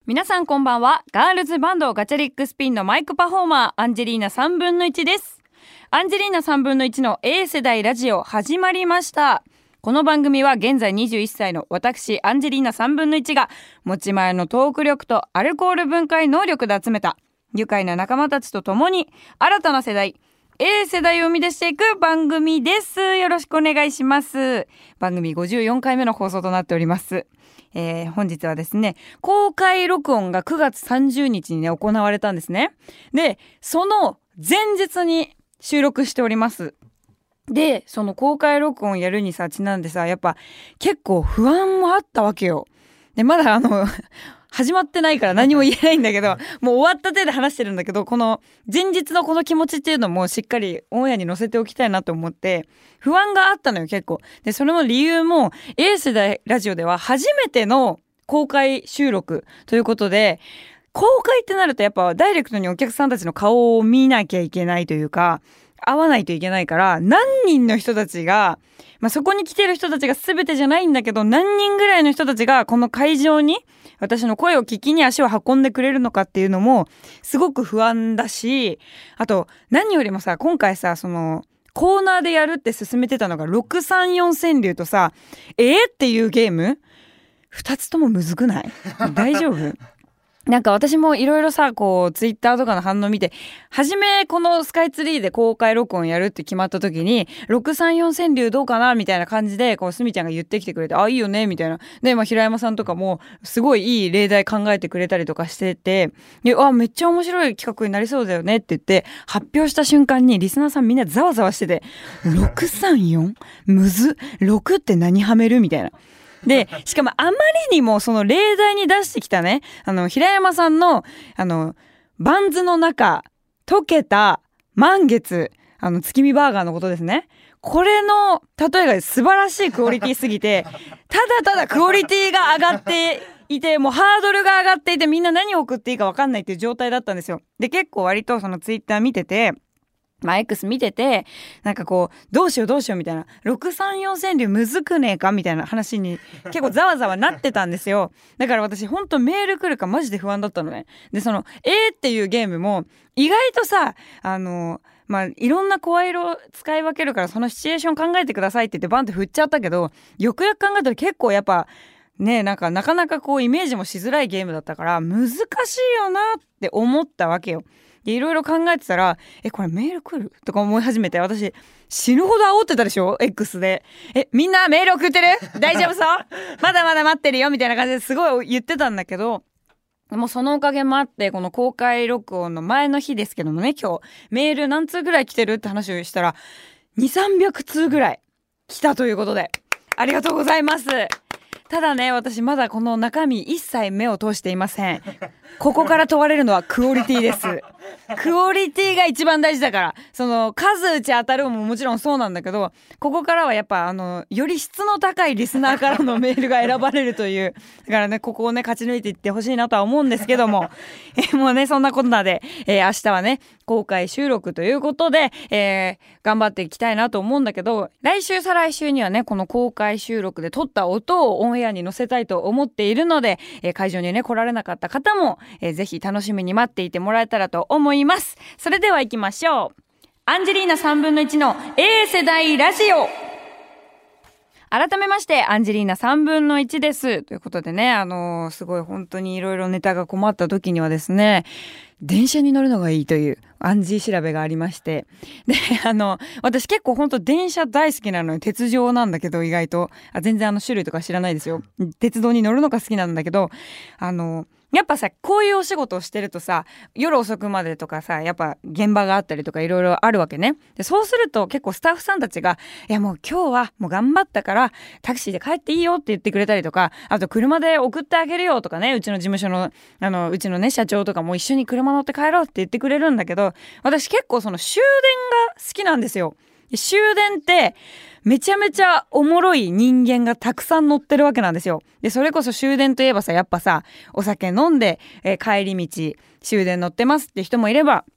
皆さんこんばんは。ガールズバンドガチャリックスピンのマイクパフォーマーアンジェリーナ3分の1です。アンジェリーナ3分の1の A 世代ラジオ始まりました。この番組は現在21歳の私アンジェリーナ3分の1が持ち前のトーク力とアルコール分解能力で集めた愉快な仲間たちと共に新たな世代 A 世代を生み出していく番組です。よろしくお願いします。番組54回目の放送となっております。本日はですね、公開録音が9月30日にね行われたんですね。で、その前日に収録しております。で、その公開録音やるにさちなんでさ、やっぱ結構不安もあったわけよ。で、まだ始まってないから何も言えないんだけど、もう終わった手で話してるんだけど、この前日のこの気持ちっていうのもしっかりオンエアに載せておきたいなと思って不安があったのよ結構。で、それの理由も A 世代ラジオでは初めての公開収録ということで、公開ってなるとやっぱダイレクトにお客さんたちの顔を見なきゃいけないというか、会わないといけないから、何人の人たちが、そこに来てる人たちが全てじゃないんだけど、何人ぐらいの人たちがこの会場に私の声を聞きに足を運んでくれるのかっていうのもすごく不安だし、あと何よりもさ、今回さ、そのコーナーでやるって進めてたのが634川柳とさ、っていうゲーム2つともむずくない？大丈夫？なんか私もいろいろさ、こうツイッターとかの反応見て、初めこのスカイツリーで公開録音やるって決まった時に634川柳どうかなみたいな感じでこうすみちゃんが言ってきてくれて、あ、いいよねみたいな。で、平山さんとかもすごいいい例題考えてくれたりとかしてて、で、めっちゃ面白い企画になりそうだよねって言って発表した瞬間にリスナーさんみんなざわざわしてて、634？ むず？ 6 って何はめるみたいな。で、しかもあまりにもその例題に出してきたね、平山さんのバンズの中溶けた満月、月見バーガーのことですね。これの例えが素晴らしいクオリティすぎて、ただただクオリティが上がっていて、もうハードルが上がっていて、みんな何を送っていいか分かんないっていう状態だったんですよ。で、結構割とそのツイッター見てて、X 見てて、なんかこうどうしようみたいな、634川柳むずくねえかみたいな話に結構ざわざわなってたんですよ。だから私ほんとメール来るかマジで不安だったのね。で、そのっていうゲームも意外とさ、いろんな声色を使い分けるから、そのシチュエーション考えてくださいって言ってバンって振っちゃったけど、よくよく考えたら結構やっぱね、なかなかこうイメージもしづらいゲームだったから難しいよなって思ったわけよ。で、いろいろ考えてたら、これメール来るとか思い始めて、私死ぬほど煽ってたでしょ X で。みんなメール送ってる？大丈夫そう？まだまだ待ってるよみたいな感じですごい言ってたんだけど、もうそのおかげもあって、この公開録音の前の日ですけどもね、今日メール何通ぐらい来てるって話をしたら2、300通ぐらい来たということで、ありがとうございます。ただね、私まだこの中身一切目を通していません。ここから問われるのはクオリティです。クオリティが一番大事だから、その数打ち当たるももちろんそうなんだけど、ここからはやっぱより質の高いリスナーからのメールが選ばれるという、だからね、ここをね勝ち抜いていってほしいなとは思うんですけども、もうね、そんなことなで、明日はね公開収録ということで、頑張っていきたいなと思うんだけど、来週再来週にはねこの公開収録で撮った音をオンエアに載せたいと思っているので、会場にね来られなかった方も、ぜひ楽しみに待っていてもらえたらと思います。それでは行きましょう。アンジェリーナ3分の1の A 世代ラジオ。改めましてアンジェリーナ3分の1ですということでね、すごい本当にいろいろネタが困った時にはですね、電車に乗るのがいいというアンジー調べがありまして、で、私結構本当電車大好きなのよ。鉄道なんだけど、意外と全然種類とか知らないですよ。鉄道に乗るのが好きなんだけど、やっぱさ、こういうお仕事をしてるとさ、夜遅くまでとかさ、やっぱ現場があったりとかいろいろあるわけね。で、そうすると結構スタッフさんたちが、いやもう今日はもう頑張ったからタクシーで帰っていいよって言ってくれたりとか、あと車で送ってあげるよとかね、うちの事務所のうちのね社長とかも一緒に車乗って帰ろうって言ってくれるんだけど、私結構その終電が好きなんですよ。終電ってめちゃめちゃおもろい人間がたくさん乗ってるわけなんですよ。で、それこそ終電といえばさ、やっぱさ、お酒飲んで、帰り道終電乗ってますって人もいれば、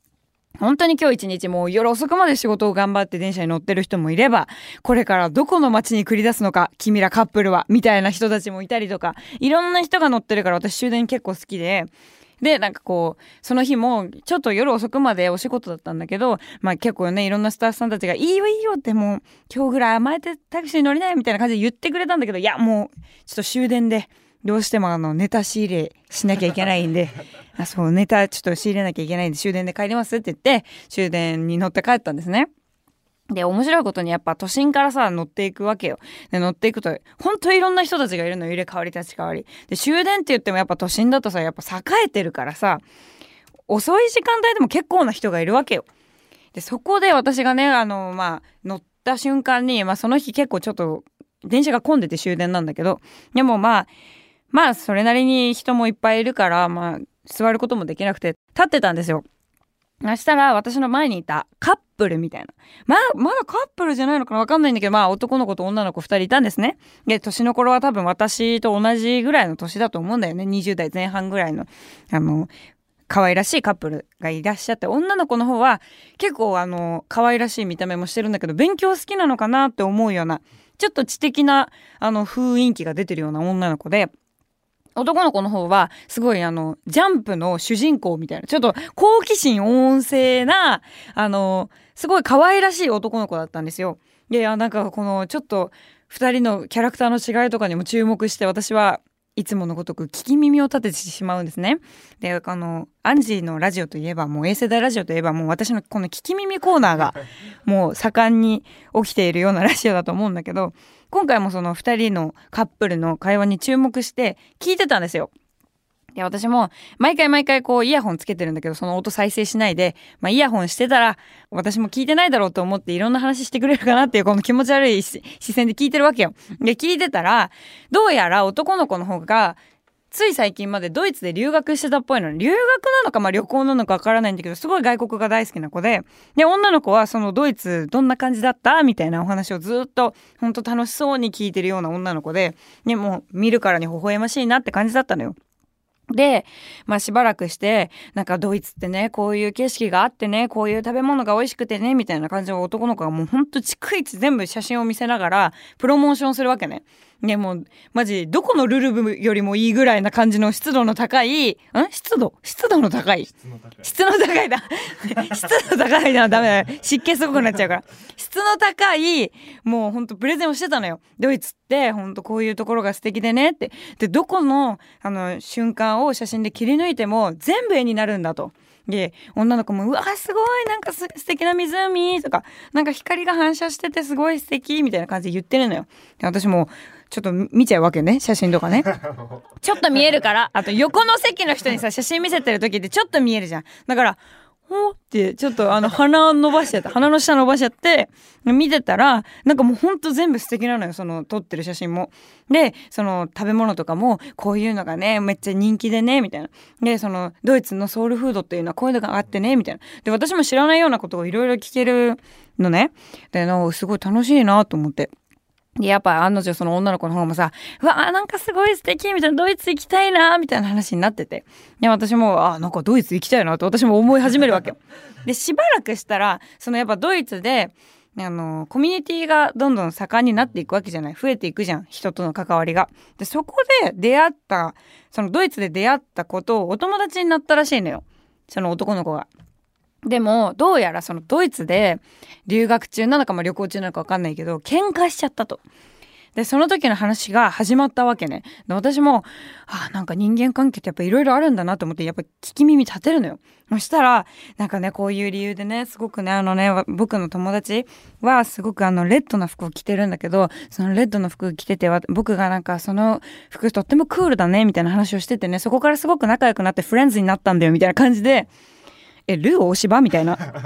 本当に今日一日もう夜遅くまで仕事を頑張って電車に乗ってる人もいれば、これからどこの街に繰り出すのか君らカップルはみたいな人たちもいたりとか、いろんな人が乗ってるから私終電結構好きで、なんかこうその日もちょっと夜遅くまでお仕事だったんだけど、まあ結構ねいろんなスタッフさんたちがいいよいいよってもう今日ぐらい甘えてタクシーに乗りないみたいな感じで言ってくれたんだけど、いやもうちょっと終電でどうしてもネタ仕入れしなきゃいけないんでそうネタちょっと仕入れなきゃいけないんで終電で帰りますって言って終電に乗って帰ったんですね。で面白いことにやっぱ都心からさ乗っていくわけよ。で乗っていくと本当いろんな人たちがいるの、入れ替わり立ち替わりで、終電って言ってもやっぱ都心だとさやっぱ栄えてるからさ、遅い時間帯でも結構な人がいるわけよ。でそこで私がね乗った瞬間に、その日結構ちょっと電車が混んでて終電なんだけど、でもまあそれなりに人もいっぱいいるから座ることもできなくて立ってたんですよ。そしたら私の前にいたカップルみたいな、まだカップルじゃないのかな、わかんないんだけど、男の子と女の子2人いたんですね。で年の頃は多分私と同じぐらいの年だと思うんだよね。20代前半ぐらいの可愛らしいカップルがいらっしゃって、女の子の方は結構可愛らしい見た目もしてるんだけど勉強好きなのかなって思うようなちょっと知的な雰囲気が出てるような女の子で、男の子の方はすごいジャンプの主人公みたいなちょっと好奇心旺盛なすごい可愛らしい男の子だったんですよ。でなんかこのちょっと2人のキャラクターの違いとかにも注目して、私はいつものごとく聞き耳を立ててしまうんですね。でアンジーのラジオといえばもうA世代ラジオといえばもう私のこの聞き耳コーナーがもう盛んに起きているようなラジオだと思うんだけど、今回もその2人のカップルの会話に注目して聞いてたんですよ。で私も毎回こうイヤホンつけてるんだけどその音再生しないで、イヤホンしてたら私も聞いてないだろうと思っていろんな話してくれるかなっていうこの気持ち悪い視線で聞いてるわけよ。で聞いてたらどうやら男の子の方がつい最近までドイツで留学してたっぽいの。留学なのか旅行なのかわからないんだけどすごい外国が大好きな子で、女の子はそのドイツどんな感じだったみたいなお話をずっと本当楽しそうに聞いてるような女の子で、もう見るからに微笑ましいなって感じだったのよ。でしばらくしてなんかドイツってねこういう景色があってねこういう食べ物が美味しくてねみたいな感じの男の子がもうほんと逐一全部写真を見せながらプロモーションするわけね。でもうマジどこのルルブよりもいいぐらいな感じの湿度の高い湿度の高い湿度の高いだ湿度高いなダメだ湿気すごくなっちゃうから質の高いもうほんとプレゼンをしてたのよ。ドイツってほんとこういうところが素敵でねって、でどこの瞬間を写真で切り抜いても全部絵になるんだと。で女の子もうわすごいなんか素敵な湖とかなんか光が反射しててすごい素敵みたいな感じで言ってるのよ。で私もちょっと見ちゃうわけね、写真とかねちょっと見えるから、あと横の席の人にさ写真見せてる時ってちょっと見えるじゃん。だからほーってちょっと鼻伸ばしちゃって鼻の下伸ばしちゃって見てたらなんかもうほんと全部素敵なのよ、その撮ってる写真も。でその食べ物とかもこういうのがねめっちゃ人気でねみたいな。でそのドイツのソウルフードっていうのはこういうのがあってねみたいな。で私も知らないようなことをいろいろ聞けるのね。ですごい楽しいなと思って。でやっぱ案の定その女の子の方もさうわなんかすごい素敵みたいな、ドイツ行きたいなみたいな話になってて、で私もなんかドイツ行きたいなと私も思い始めるわけよ。でしばらくしたらそのやっぱドイツでコミュニティがどんどん盛んになっていくわけじゃない、増えていくじゃん人との関わりが。でそこで出会ったそのドイツで出会った子とお友達になったらしいのよ、その男の子が。でもどうやらそのドイツで留学中なのか旅行中なのか分かんないけど喧嘩しちゃったと。でその時の話が始まったわけね。で私もなんか人間関係ってやっぱいろいろあるんだなと思ってやっぱ聞き耳立てるのよ。そしたらなんかねこういう理由でねすごくね僕の友達はすごくレッドな服を着てるんだけど、そのレッドの服着てて僕がなんかその服とってもクールだねみたいな話をしててね、そこからすごく仲良くなってフレンズになったんだよみたいな感じでルー大芝みたいな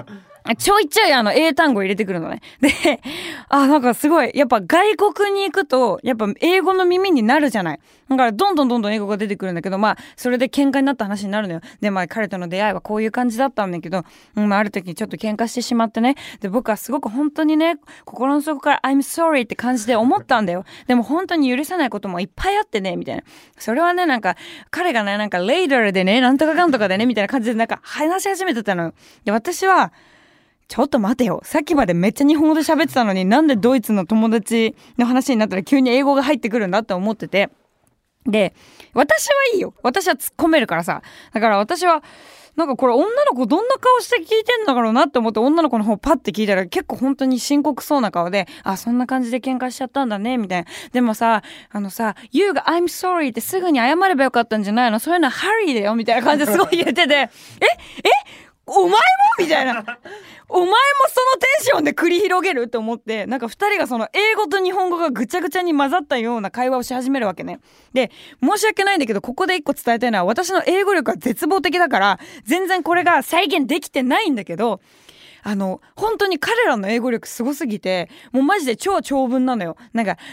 ちょいちょい英単語入れてくるのね。で、なんかすごい、やっぱ外国に行くと、やっぱ英語の耳になるじゃない。だからどんどん英語が出てくるんだけど、それで喧嘩になった話になるのよ。で、彼との出会いはこういう感じだったんだけど、ある時にちょっと喧嘩してしまってね。で、僕はすごく本当にね、心の底から I'm sorry って感じで思ったんだよ。でも本当に許せないこともいっぱいあってね、みたいな。それはね、なんか、彼がね、なんか later でね、なんとかかんとかでね、みたいな感じでなんか話し始めてたのよ。で、私は、ちょっと待てよ。さっきまでめっちゃ日本語で喋ってたのになんでドイツの友達の話になったら急に英語が入ってくるんだって思ってて。で、私はいいよ。私は突っ込めるからさ。だから私は、なんかこれ女の子どんな顔して聞いてんだろうなって思って女の子の方パッて聞いたら結構本当に深刻そうな顔で、そんな感じで喧嘩しちゃったんだね、みたいな。でもさ、You が I'm sorry ってすぐに謝ればよかったんじゃないの？そういうのはハリーだよ、みたいな感じですごい言ってて、お前もみたいな。お前もそのテンションで繰り広げるって思って、なんか二人がその英語と日本語がぐちゃぐちゃに混ざったような会話をし始めるわけね。で、申し訳ないんだけど、ここで一個伝えたいのは、私の英語力は絶望的だから、全然これが再現できてないんだけど、本当に彼らの英語力すごすぎて、もうマジで超長文なのよ。なんか、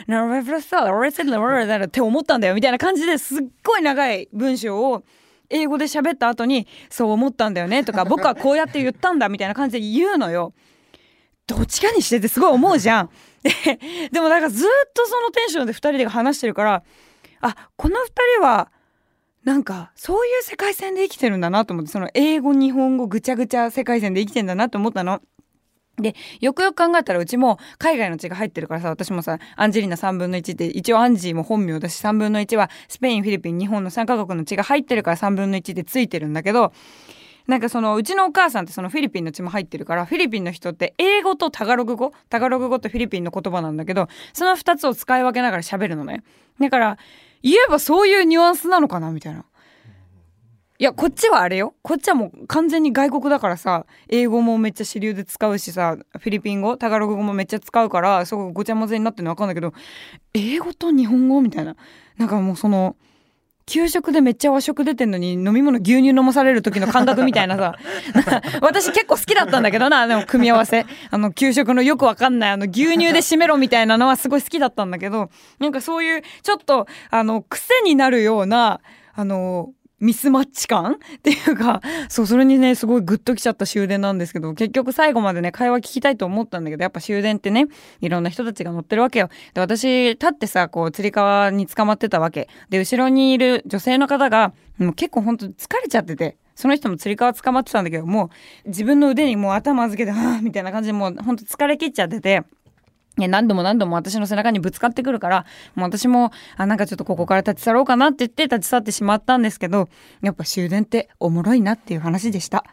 って思ったんだよ、みたいな感じですっごい長い文章を、英語で喋った後にそう思ったんだよねとか僕はこうやって言ったんだみたいな感じで言うのよ。どっちかにしてってすごい思うじゃん。でもなんかずっとそのテンションで2人で話してるから、この2人はなんかそういう世界線で生きてるんだなと思って、その英語日本語ぐちゃぐちゃ世界線で生きてんだなと思ったの。で、よくよく考えたらうちも海外の血が入ってるからさ、私もさ、アンジェリーナ3分の1って一応アンジーも本名だし、3分の1はスペイン、フィリピン、日本の3カ国の血が入ってるから3分の1でついてるんだけど、なんかそのうちのお母さんってそのフィリピンの血も入ってるから、フィリピンの人って英語とタガログ語とフィリピンの言葉なんだけど、その2つを使い分けながら喋るのね。だから言えばそういうニュアンスなのかなみたいな。いや、こっちはあれよ。こっちはもう完全に外国だからさ、英語もめっちゃ主流で使うしさ、フィリピン語、タガログ語もめっちゃ使うから、すごくごちゃ混ぜになってるの分かんないけど、英語と日本語みたいな。なんかもうその、給食でめっちゃ和食出てんのに飲み物牛乳飲まされる時の感覚みたいなさ私結構好きだったんだけどな、でも組み合わせ給食のよくわかんない牛乳で締めろみたいなのはすごい好きだったんだけど、なんかそういうちょっと癖になるようなミスマッチ感っていうか、それにねすごいグッときちゃった終電なんですけど、結局最後までね会話聞きたいと思ったんだけど、やっぱ終電ってねいろんな人たちが乗ってるわけよ。で、私立ってさこうつり革に捕まってたわけで、後ろにいる女性の方がもう結構ほんと疲れちゃってて、その人もつり革捕まってたんだけど、もう自分の腕にもう頭預けてみたいな感じでもうほんと疲れ切っちゃってて、何度も私の背中にぶつかってくるから、もう私もなんかちょっとここから立ち去ろうかなって言って立ち去ってしまったんですけど、やっぱ終電っておもろいなっていう話でした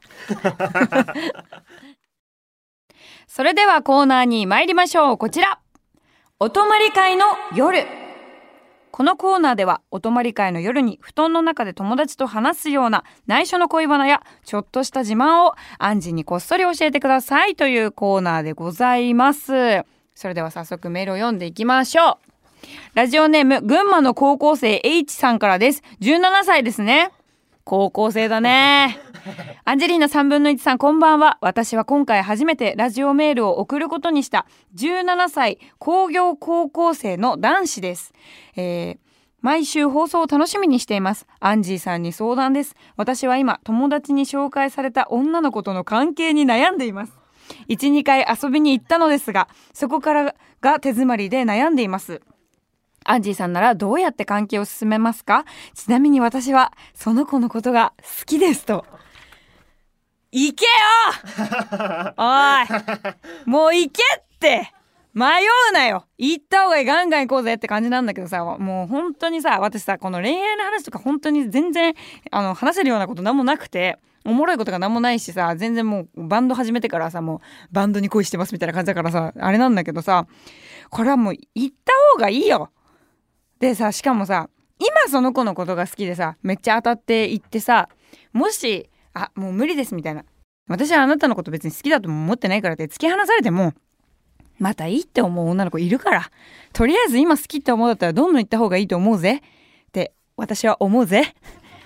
それではコーナーに参りましょう。こちら、お泊まり会の夜。このコーナーではお泊まり会の夜に布団の中で友達と話すような内緒の恋バナやちょっとした自慢をアンジーにこっそり教えてくださいというコーナーでございます。それでは早速メールを読んでいきましょう。ラジオネーム群馬の高校生 H さんからです。17歳ですね。高校生だね。アンジェリーナ3分の1さん、こんばんは。私は今回初めてラジオメールを送ることにした17歳工業高校生の男子です。毎週放送を楽しみにしています。アンジーさんに相談です。私は今友達に紹介された女の子との関係に悩んでいます。1、2回遊びに行ったのですが、そこからが手詰まりで悩んでいます。アンジーさんならどうやって関係を進めますか？ちなみに私はその子のことが好きですと。行けよおい、もう行けって迷うなよ、行った方がいい、ガンガン行こうぜって感じなんだけどさ、もう本当にさ、私さこの恋愛の話とか本当に全然話せるようなことなんもなくて、おもろいことがなんもないしさ、全然もうバンド始めてからさ、もうバンドに恋してますみたいな感じだからさ、あれなんだけどさ、これはもう行った方がいいよ。でさ、しかもさ、今その子のことが好きでさ、めっちゃ当たって行ってさ、もしもう無理ですみたいな、私はあなたのこと別に好きだとも思ってないからって突き放されてもまたいいって思う女の子いるから、とりあえず今好きって思うだったらどんどん行った方がいいと思うぜって私は思うぜ。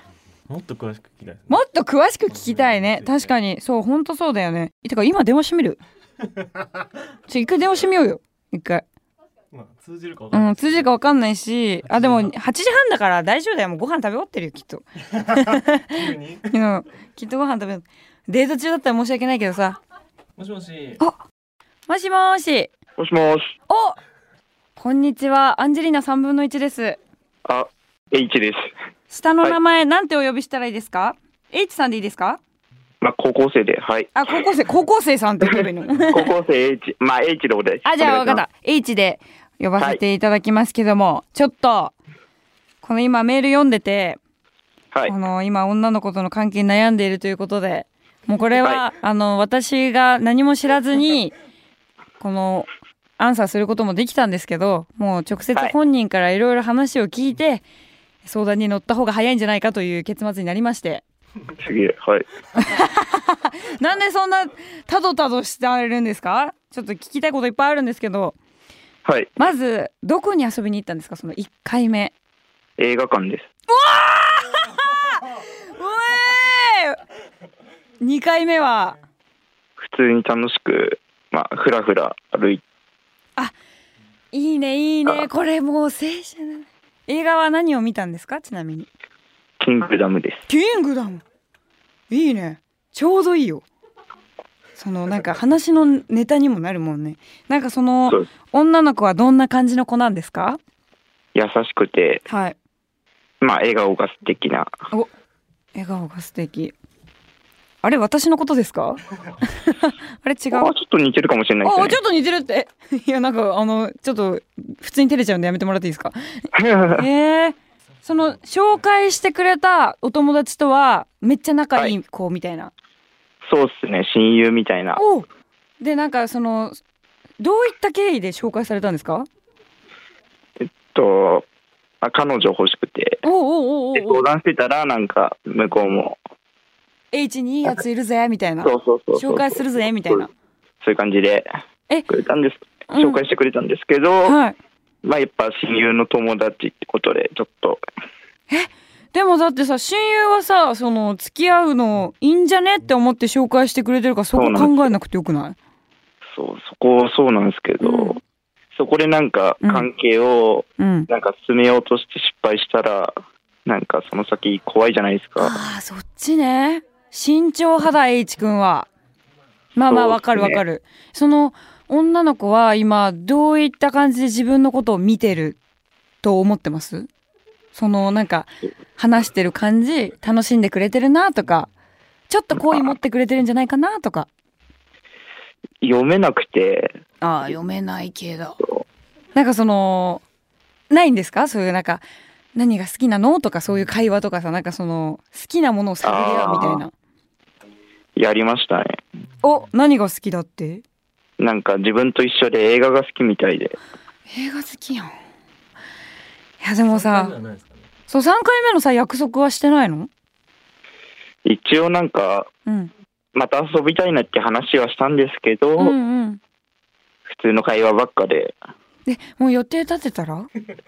もっと詳しく聞きたいですね。 もっと詳しく聞きたいね。確かにそう、ほんとそうだよね。てか今電話してみる一回電話してみようよ。一回。 まあ、通じるか分かんない、 通じるか分かんないし、でも8時半だから大丈夫だよ。もうご飯食べ終わってるよきっと急にきっとご飯食べデート中だったら申し訳ないけどさ。 もしもし。 もしもし。 もしもし。 こんにちは。アンジェリーナ3分の1です。 H です。 下の名前、なんてお呼びしたらいいですか？ H さんでいいですか？ 高校生で、はい。 高校生さんって言えばいいの高校生 H。H でお願いします。 じゃあ分かった。H で呼ばせていただきますけども、ちょっと、この今メール読んでて、 はい。 今女の子との関係に悩んでいるということで、もうこれは、私が何も知らずに、この、アンサーすることもできたんですけど、もう直接本人からいろいろ話を聞いて、相談に乗った方が早いんじゃないかという結末になりまして。 次、はい。 なんでそんなたどたどしてあるんですか？ちょっと聞きたいこといっぱいあるんですけど、 はい。 まずどこに遊びに行ったんですか？その1回目。 映画館です。 2回目は普通に楽しく、ふらふら歩いて。 いいねいいね。これもう青春だね。映画は何を見たんですか？ちなみに。 キングダムです。 キングダムいいね。ちょうどいいよ。なんか話のネタにもなるもんね。なんか女の子はどんな感じの子なんですか？ 優しくて、 はい。 笑顔が素敵な。 笑顔が素敵。あれ私のことですか？あれ違う。ちょっと似てるかもしれないですね。 ちょっと似てるって。いやなんかちょっと普通に照れちゃうんでやめてもらっていいですか？紹介してくれたお友達とはめっちゃ仲いい子みたいな。 そうっすね、親友みたいな。 でなんかどういった経緯で紹介されたんですか？ 彼女欲しくて相談してたら、なんか向こうも H にいいやついるぜみたいな。 そう紹介するぜみたいな。 そういう感じでくれたんです。紹介してくれたんですけど、やっぱ親友の友達ってことでちょっと。 でもだってさ、親友はさ、付き合うのいいんじゃねって思って紹介してくれてるから、そこ考えなくてよくない？ そこそうなんですけど、そこでなんか関係をなんか進めようとして失敗したら、なんかその先怖いじゃないですか。 そっちね。慎重派だ H 君は。わかるわかる。女の子は今どういった感じで自分のことを見てると思ってます？なんか話してる感じ楽しんでくれてるなとか、ちょっと好意持ってくれてるんじゃないかなとか。 読めなくて。 読めないけど、なんかないんですか？そういうなんか何が好きなのとか、そういう会話とかさ、なんか好きなものを探り合うみたいな。 やりましたね。 何が好きだって？ なんか自分と一緒で映画が好きみたいで。 映画好きやん。いやでもさ、3回目のさ約束はしてないの？ 一応なんか、また遊びたいなって話はしたんですけど、普通の会話ばっかで。 もう予定立てたら？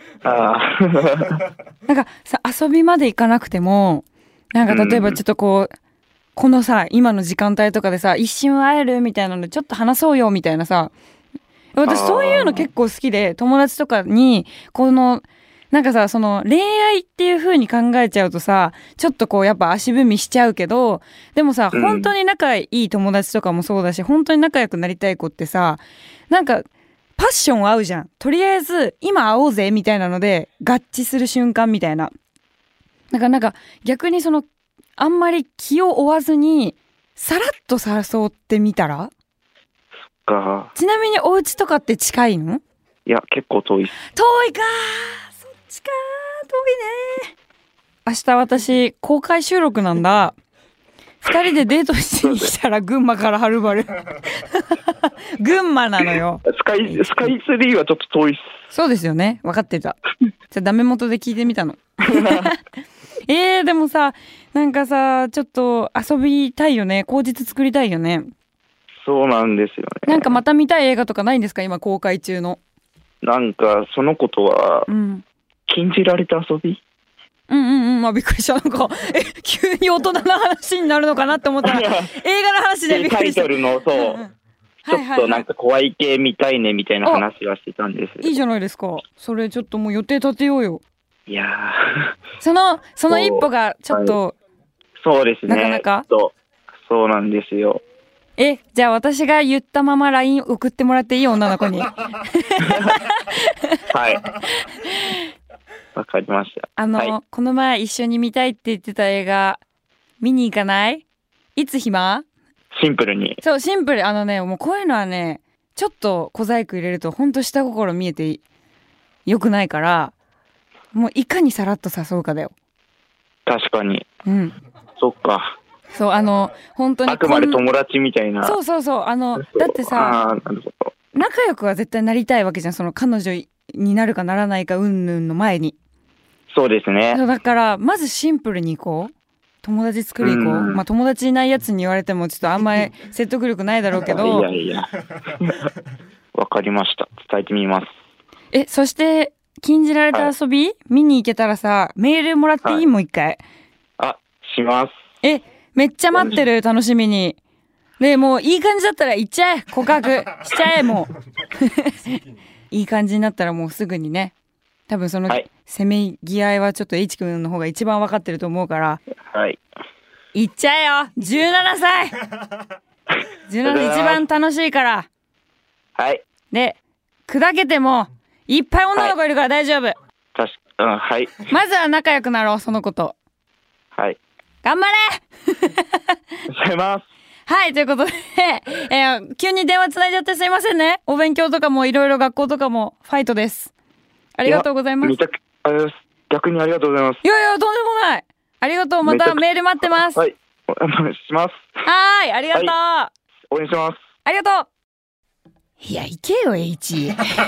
なんかさ、遊びまで行かなくても、なんか例えばちょっとこのさ、今の時間帯とかでさ、一瞬会えるみたいなのでちょっと話そうよみたいなさ、私そういうの結構好きで、友達とかになんかさ、恋愛っていう風に考えちゃうとさ、ちょっとやっぱ足踏みしちゃうけど、でもさ、本当に仲いい友達とかもそうだし、本当に仲良くなりたい子ってさ、なんかパッション合うじゃん。とりあえず今会おうぜみたいなので合致する瞬間みたいな。なんか逆にあんまり気を負わずにさらっと誘ってみたら？ちなみにお家とかって近いの？ いや結構遠い。 遠いか。そっちか。遠いね。明日私公開収録なんだ。2人でデートしに来たら群馬からはるばる。群馬なのよ。 スカイツリーはちょっと遠いっす。 そうですよね。分かってた。じゃあダメ元で聞いてみたの。でもさ、なんかさ、ちょっと遊びたいよね。口実作りたいよね。 そうなんですよね。 なんかまた見たい映画とかないんですか？今公開中の。 なんかその子とは禁じられた遊びまあびっくりした。なんか急に大人の話になるのかなって思ったら映画の話でびっくりした。 タイトルのそう、ちょっとなんか怖い系見たいねみたいな話はしてたんです。 いいじゃないですか。それちょっともう予定立てようよ。 いやその一歩がちょっと、 そうですね。 なかなかそうなんですよ。 じゃあ私が言ったまま LINE 送ってもらっていい？女の子に。はい。 わかりました。 この前一緒に見たいって言ってた映画見に行かない？いつ暇？ シンプルに。 そう、シンプル。もうこういうのはね、ちょっと小細工入れるとほんと下心見えてよくないから、もういかにさらっと誘うかだよ。 確かに。そっか。 そう、本当にあくまで友達みたいな。 そう。だってさ、仲良くは絶対なりたいわけじゃん。その彼女になるかならないか云々の前に。 そうですね。 だからまずシンプルに行こう。友達作り行こう。まあ友達いないやつに言われてもちょっとあんまり説得力ないだろうけど。 いやわかりました。伝えてみます。 そして禁じられた遊び、見に行けたらさ、メールもらっていい？もう一回。 します。 めっちゃ待ってる。楽しみに。でもういい感じだったら行っちゃえ。告白しちゃえ。もういい感じになったらもうすぐにね。多分そのせめぎ合いはちょっと H 君の方が一番分かってると思うから。行っちゃえよ。17歳17歳一番楽しいから。で砕けてもいっぱい女の子いるから大丈夫。まずは仲良くなろう、その子と。頑張れはい、ということで、急に電話つないじゃってすいませんね。お勉強とかもいろいろ学校とかもファイトです。ありがとうございます。 逆にありがとうございます。 いやとんでもない。ありがとう。またメール待ってます。 お願いします。 はい、ありがとう。 応援します。 ありがとう。いや、行けよ H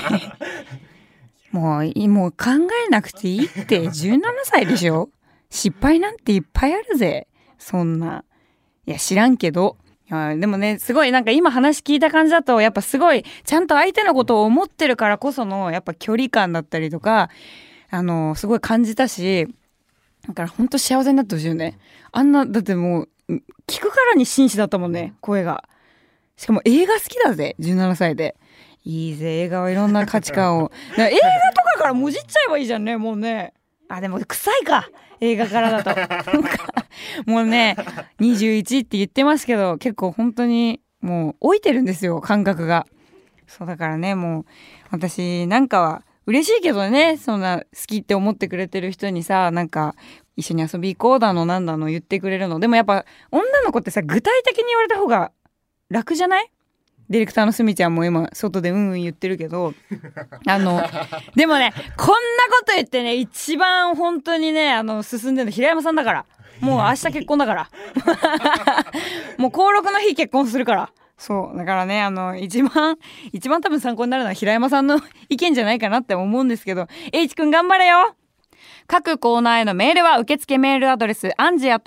もう考えなくていいって。17歳でしょ。失敗なんていっぱいあるぜ。そんな。いや知らんけど。でもね、すごいなんか今話聞いた感じだとやっぱすごいちゃんと相手のことを思ってるからこそのやっぱ距離感だったりとかすごい感じたし、だからほんと幸せになってほしいよね。だってもう聞くからに紳士だったもんね、声が。しかも映画好きだぜ、17歳で。いいぜ、映画はいろんな価値観を映画とかからもじっちゃえばいいじゃんね、もうね。でも臭いか、映画からだともうね21って言ってますけど、結構本当にもう老いてるんですよ、感覚が。そうだからね、もう私なんかは嬉しいけどね、そんな好きって思ってくれてる人にさ、なんか一緒に遊び行こうだのなんだの言ってくれるの。でもやっぱ女の子ってさ、具体的に言われた方が楽じゃない？ディレクターのすみちゃんも今外で言ってるけどでもね、こんなこと言ってね、一番本当にね進んでるの平山さんだから。もう明日結婚だからもう登録の日結婚するから。そうだからね、一番多分参考になるのは平山さんの意見じゃないかなって思うんですけど、 H 君頑張れよ。各コーナーへのメールは受付メールアドレス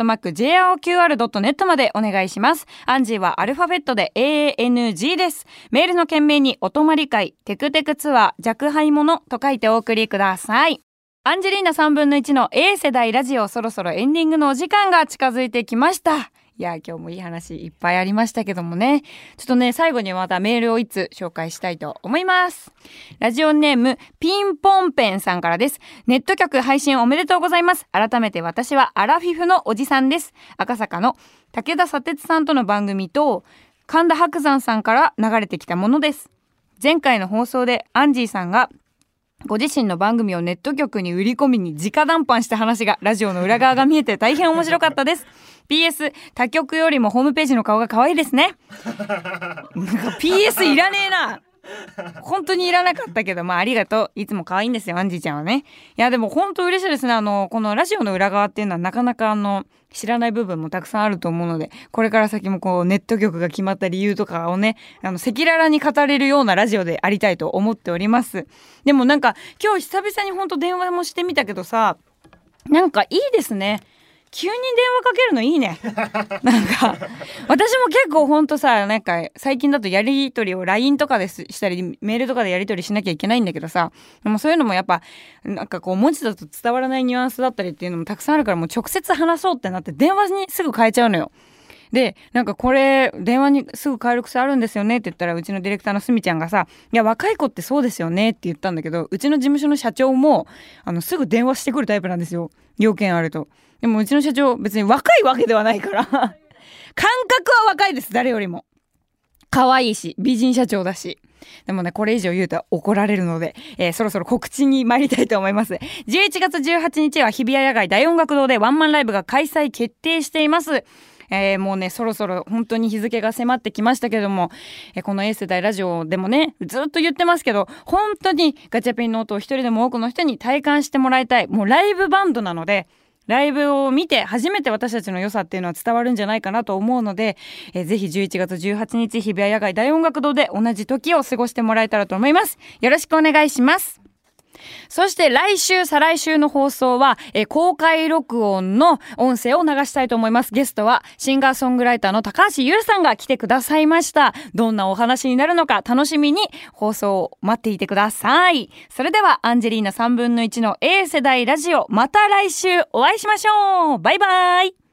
angie@jrqr.net までお願いします。アンジーはアルファベットで ANG です。メールの件名にお泊まり会、テクテクツアー、若輩者と書いてお送りください。アンジェリーナ3分の1の A 世代ラジオ、そろそろエンディングのお時間が近づいてきました。いや今日もいい話いっぱいありましたけどもね、ちょっとね最後にまたメールを1つ紹介したいと思います。ラジオネームピンポンペンさんからです。ネット局配信おめでとうございます。改めて私はアラフィフのおじさんです。赤坂の武田砂鉄さんとの番組と神田伯山さんから流れてきたものです。前回の放送でアンジーさんがご自身の番組をネット局に売り込みに直談判した話がラジオの裏側が見えて大変面白かったです。PS 他局よりもホームページの顔が可愛いですね。PS いらねえな、本当にいらなかったけど、ありがとう。いつも可愛いんですよ、アンジーちゃんはね。いやでも本当嬉しいですね。このラジオの裏側っていうのはなかなか知らない部分もたくさんあると思うので、これから先もネット局が決まった理由とかをね赤裸々に語れるようなラジオでありたいと思っております。でもなんか今日久々に本当電話もしてみたけどさ、なんかいいですね。 急に電話かけるのいいねなんか私も結構ほんとさ、なんか最近だとやり取りを LINE とかでしたりメールとかでやり取りしなきゃいけないんだけどさ、でもそういうのもやっぱなんかこう文字だと伝わらないニュアンスだったりっていうのもたくさんあるから、もう直接話そうってなって電話にすぐ変えちゃうのよ。でなんかこれ電話にすぐ変える癖あるんですよねって言ったら、うちのディレクターのすみちゃんがさ、いや若い子ってそうですよねって言ったんだけど、うちの事務所の社長もすぐ電話してくるタイプなんですよ、要件あると。でもうちの社長別に若いわけではないから感覚は若いです。誰よりも可愛いし美人社長だし。でもね、これ以上言うと怒られるので、そろそろ告知に参りたいと思います。11月18日は日比谷野外大音楽堂でワンマンライブが開催決定しています。もうねそろそろ本当に日付が迫ってきましたけども、この A 世代ラジオでもねずっと言ってますけど、本当にガチャピンの音を一人でも多くの人に体感してもらいたい。もうライブバンドなので、ライブを見て初めて私たちの良さっていうのは伝わるんじゃないかなと思うので、ぜひ11月18日日比谷野外大音楽堂で同じ時を過ごしてもらえたらと思います。よろしくお願いします。そして来週再来週の放送は、公開録音の音声を流したいと思います。ゲストはシンガーソングライターの高橋優さんが来てくださいました。どんなお話になるのか楽しみに放送を待っていてください。それではアンジェリーナ1/3の A 世代ラジオ、また来週お会いしましょう。バイバイ。